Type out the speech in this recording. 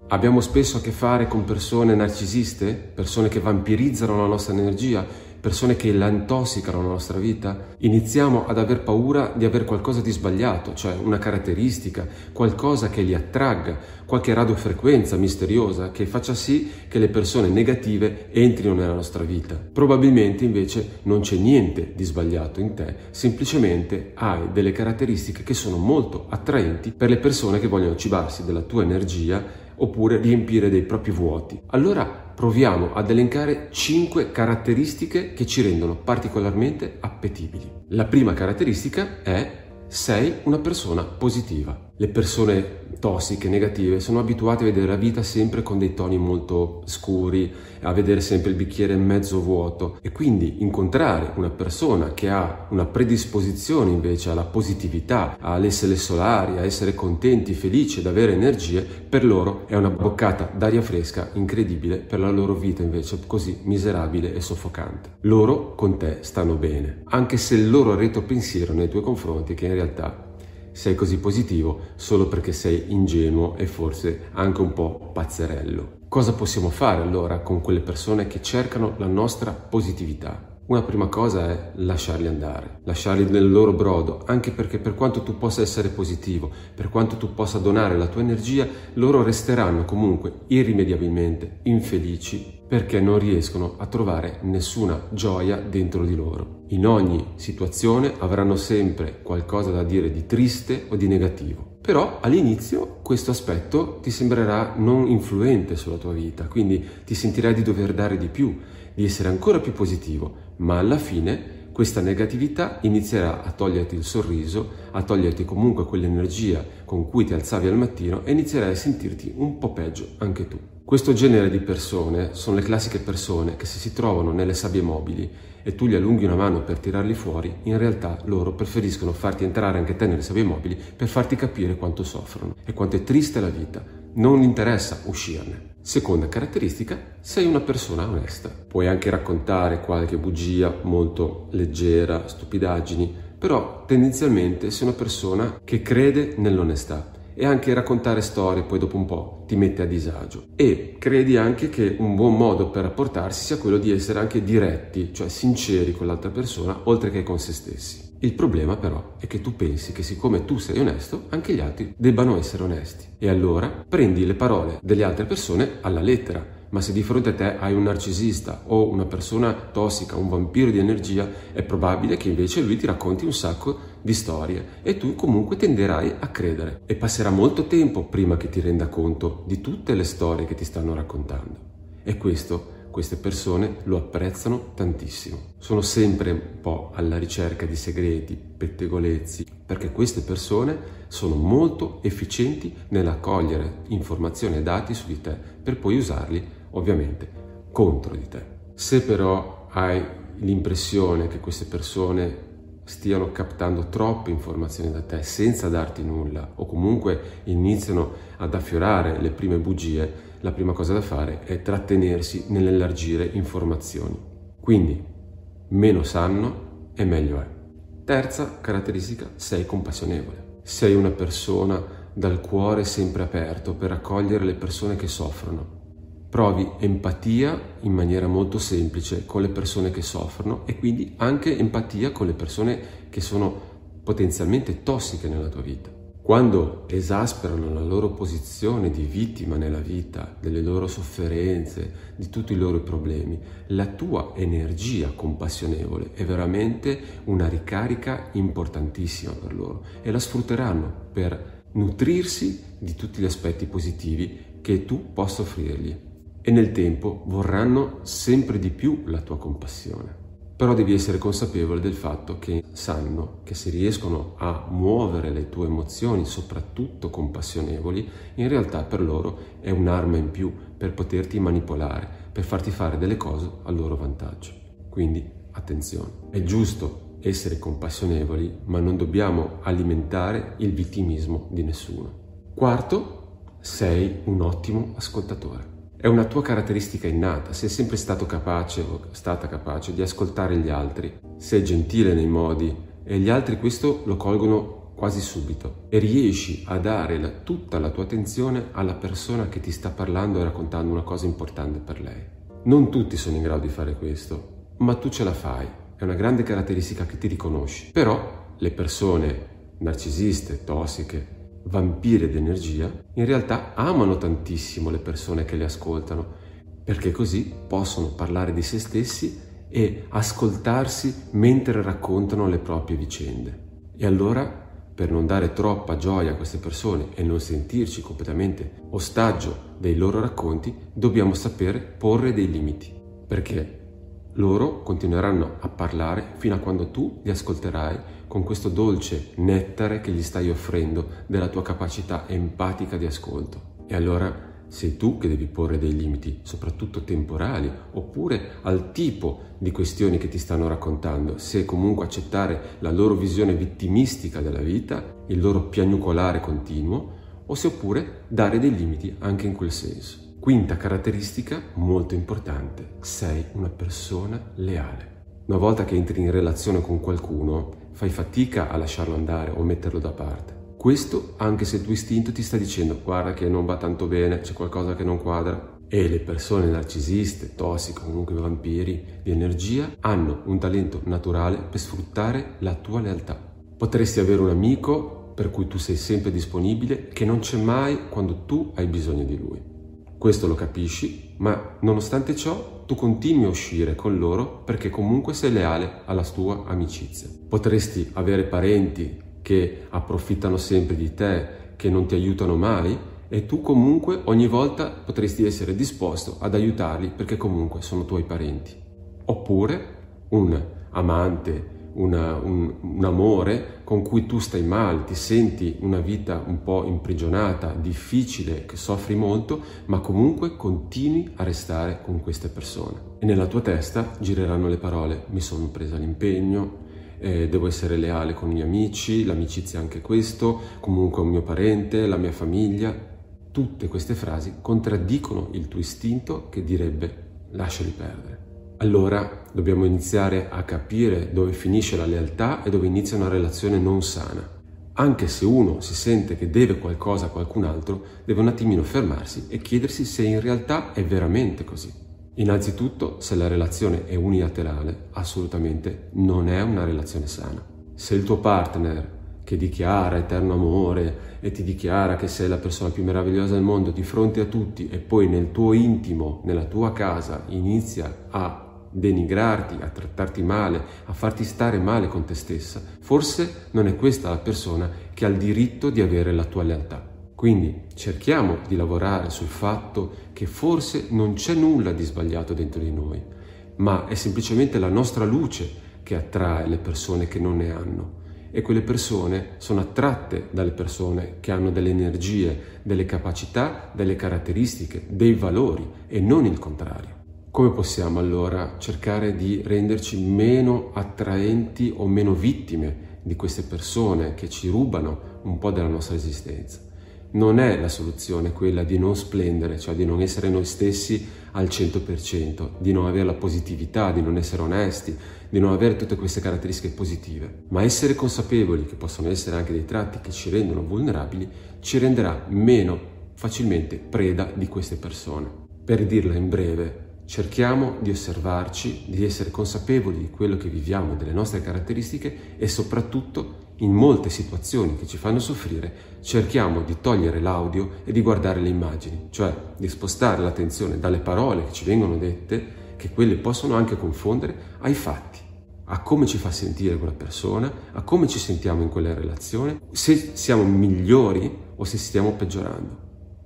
Abbiamo spesso a che fare con persone narcisiste, persone che vampirizzano la nostra energia, persone che la intossicano la nostra vita. Iniziamo ad aver paura di avere qualcosa di sbagliato, cioè una caratteristica, qualcosa che li attragga, qualche radiofrequenza misteriosa che faccia sì che le persone negative entrino nella nostra vita. Probabilmente invece non c'è niente di sbagliato in te, semplicemente hai delle caratteristiche che sono molto attraenti per le persone che vogliono cibarsi della tua energia oppure riempire dei propri vuoti. Allora proviamo ad elencare 5 caratteristiche che ci rendono particolarmente appetibili. La prima caratteristica è: sei una persona positiva. Le persone tossiche, negative, sono abituate a vedere la vita sempre con dei toni molto scuri, a vedere sempre il bicchiere mezzo vuoto, e quindi incontrare una persona che ha una predisposizione invece alla positività, alle stelle solari, a essere contenti, felici, ad avere energie, per loro è una boccata d'aria fresca incredibile per la loro vita invece così miserabile e soffocante. Loro con te stanno bene, anche se il loro retropensiero nei tuoi confronti è che in realtà sei così positivo solo perché sei ingenuo e forse anche un po' pazzerello. Cosa possiamo fare allora con quelle persone che cercano la nostra positività? Una prima cosa è lasciarli andare, lasciarli nel loro brodo, anche perché per quanto tu possa essere positivo, per quanto tu possa donare la tua energia, loro resteranno comunque irrimediabilmente infelici perché non riescono a trovare nessuna gioia dentro di loro. In ogni situazione avranno sempre qualcosa da dire di triste o di negativo. Però all'inizio questo aspetto ti sembrerà non influente sulla tua vita, quindi ti sentirai di dover dare di più, di essere ancora più positivo, ma alla fine questa negatività inizierà a toglierti il sorriso, a toglierti comunque quell'energia con cui ti alzavi al mattino e inizierai a sentirti un po' peggio anche tu. Questo genere di persone sono le classiche persone che se si trovano nelle sabbie mobili e tu gli allunghi una mano per tirarli fuori, in realtà loro preferiscono farti entrare anche te nelle sabbie mobili per farti capire quanto soffrono e quanto è triste la vita. Non interessa uscirne. Seconda caratteristica, sei una persona onesta. Puoi anche raccontare qualche bugia molto leggera, stupidaggini, però tendenzialmente sei una persona che crede nell'onestà. E anche raccontare storie poi dopo un po' ti mette a disagio. E credi anche che un buon modo per rapportarsi sia quello di essere anche diretti, cioè sinceri con l'altra persona, oltre che con se stessi. Il problema però è che tu pensi che siccome tu sei onesto, anche gli altri debbano essere onesti. E allora prendi le parole delle altre persone alla lettera. Ma se di fronte a te hai un narcisista o una persona tossica, un vampiro di energia, è probabile che invece lui ti racconti un sacco di storie e tu comunque tenderai a credere. E passerà molto tempo prima che ti renda conto di tutte le storie che ti stanno raccontando. E queste persone lo apprezzano tantissimo. Sono sempre un po' alla ricerca di segreti, pettegolezzi, perché queste persone sono molto efficienti nell'accogliere informazioni e dati su di te per poi usarli ovviamente contro di te. Se però hai l'impressione che queste persone stiano captando troppe informazioni da te senza darti nulla o comunque iniziano ad affiorare le prime bugie, la prima cosa da fare è trattenersi nell'elargire informazioni. Quindi meno sanno e meglio è. Terza caratteristica, sei compassionevole. Sei una persona dal cuore sempre aperto per accogliere le persone che soffrono. Provi empatia in maniera molto semplice con le persone che soffrono e quindi anche empatia con le persone che sono potenzialmente tossiche nella tua vita. Quando esasperano la loro posizione di vittima nella vita, delle loro sofferenze, di tutti i loro problemi, la tua energia compassionevole è veramente una ricarica importantissima per loro e la sfrutteranno per nutrirsi di tutti gli aspetti positivi che tu possa offrirgli. E nel tempo vorranno sempre di più la tua compassione. Però devi essere consapevole del fatto che sanno che se riescono a muovere le tue emozioni, soprattutto compassionevoli, in realtà per loro è un'arma in più per poterti manipolare, per farti fare delle cose a loro vantaggio. Quindi attenzione, è giusto essere compassionevoli, ma non dobbiamo alimentare il vittimismo di nessuno. Quarto, sei un ottimo ascoltatore. È una tua caratteristica innata, sei sempre stato capace o stata capace di ascoltare gli altri, sei gentile nei modi e gli altri questo lo colgono quasi subito e riesci a dare tutta la tua attenzione alla persona che ti sta parlando e raccontando una cosa importante per lei. Non tutti sono in grado di fare questo, ma tu ce la fai, è una grande caratteristica che ti riconosci. Però le persone narcisiste, tossiche, vampire d'energia, in realtà amano tantissimo le persone che le ascoltano, perché così possono parlare di se stessi e ascoltarsi mentre raccontano le proprie vicende. E allora, per non dare troppa gioia a queste persone e non sentirci completamente ostaggio dei loro racconti, dobbiamo sapere porre dei limiti, perché loro continueranno a parlare fino a quando tu li ascolterai con questo dolce nettare che gli stai offrendo della tua capacità empatica di ascolto. E allora sei tu che devi porre dei limiti, soprattutto temporali, oppure al tipo di questioni che ti stanno raccontando, se comunque accettare la loro visione vittimistica della vita, il loro piagnucolare continuo, o se oppure dare dei limiti anche in quel senso. Quinta caratteristica molto importante: sei una persona leale. Una volta che entri in relazione con qualcuno, fai fatica a lasciarlo andare o metterlo da parte. Questo anche se il tuo istinto ti sta dicendo guarda che non va tanto bene, c'è qualcosa che non quadra. E le persone narcisiste, tossiche, comunque vampiri di energia, hanno un talento naturale per sfruttare la tua lealtà. Potresti avere un amico per cui tu sei sempre disponibile, che non c'è mai quando tu hai bisogno di lui. Questo lo capisci, ma nonostante ciò tu continui a uscire con loro perché comunque sei leale alla tua amicizia. Potresti avere parenti che approfittano sempre di te, che non ti aiutano mai, e tu comunque ogni volta potresti essere disposto ad aiutarli perché comunque sono tuoi parenti. Oppure un amante, un amore con cui tu stai male, ti senti una vita un po' imprigionata, difficile, che soffri molto, ma comunque continui a restare con queste persone. E nella tua testa gireranno le parole: mi sono presa l'impegno, devo essere leale con i miei amici, l'amicizia è anche questo, comunque un mio parente, la mia famiglia. Tutte queste frasi contraddicono il tuo istinto che direbbe lasciali perdere. Allora dobbiamo iniziare a capire dove finisce la lealtà e dove inizia una relazione non sana. Anche se uno si sente che deve qualcosa a qualcun altro, deve un attimino fermarsi e chiedersi se in realtà è veramente così. Innanzitutto, se la relazione è unilaterale, assolutamente non è una relazione sana. Se il tuo partner, che dichiara eterno amore e ti dichiara che sei la persona più meravigliosa del mondo di fronte a tutti, e poi nel tuo intimo, nella tua casa, inizia a denigrarti, a trattarti male, a farti stare male con te stessa, forse non è questa la persona che ha il diritto di avere la tua lealtà. Quindi cerchiamo di lavorare sul fatto che forse non c'è nulla di sbagliato dentro di noi, ma è semplicemente la nostra luce che attrae le persone che non ne hanno. E quelle persone sono attratte dalle persone che hanno delle energie, delle capacità, delle caratteristiche, dei valori, e non il contrario. Come possiamo allora cercare di renderci meno attraenti o meno vittime di queste persone che ci rubano un po' della nostra esistenza? Non è la soluzione quella di non splendere, cioè di non essere noi stessi al 100%, di non avere la positività, di non essere onesti, di non avere tutte queste caratteristiche positive, ma essere consapevoli che possono essere anche dei tratti che ci rendono vulnerabili, ci renderà meno facilmente preda di queste persone. Per dirla in breve, cerchiamo di osservarci, di essere consapevoli di quello che viviamo, delle nostre caratteristiche, e soprattutto in molte situazioni che ci fanno soffrire cerchiamo di togliere l'audio e di guardare le immagini, cioè di spostare l'attenzione dalle parole che ci vengono dette, che quelle possono anche confondere, ai fatti, a come ci fa sentire quella persona, a come ci sentiamo in quella relazione, se siamo migliori o se stiamo peggiorando.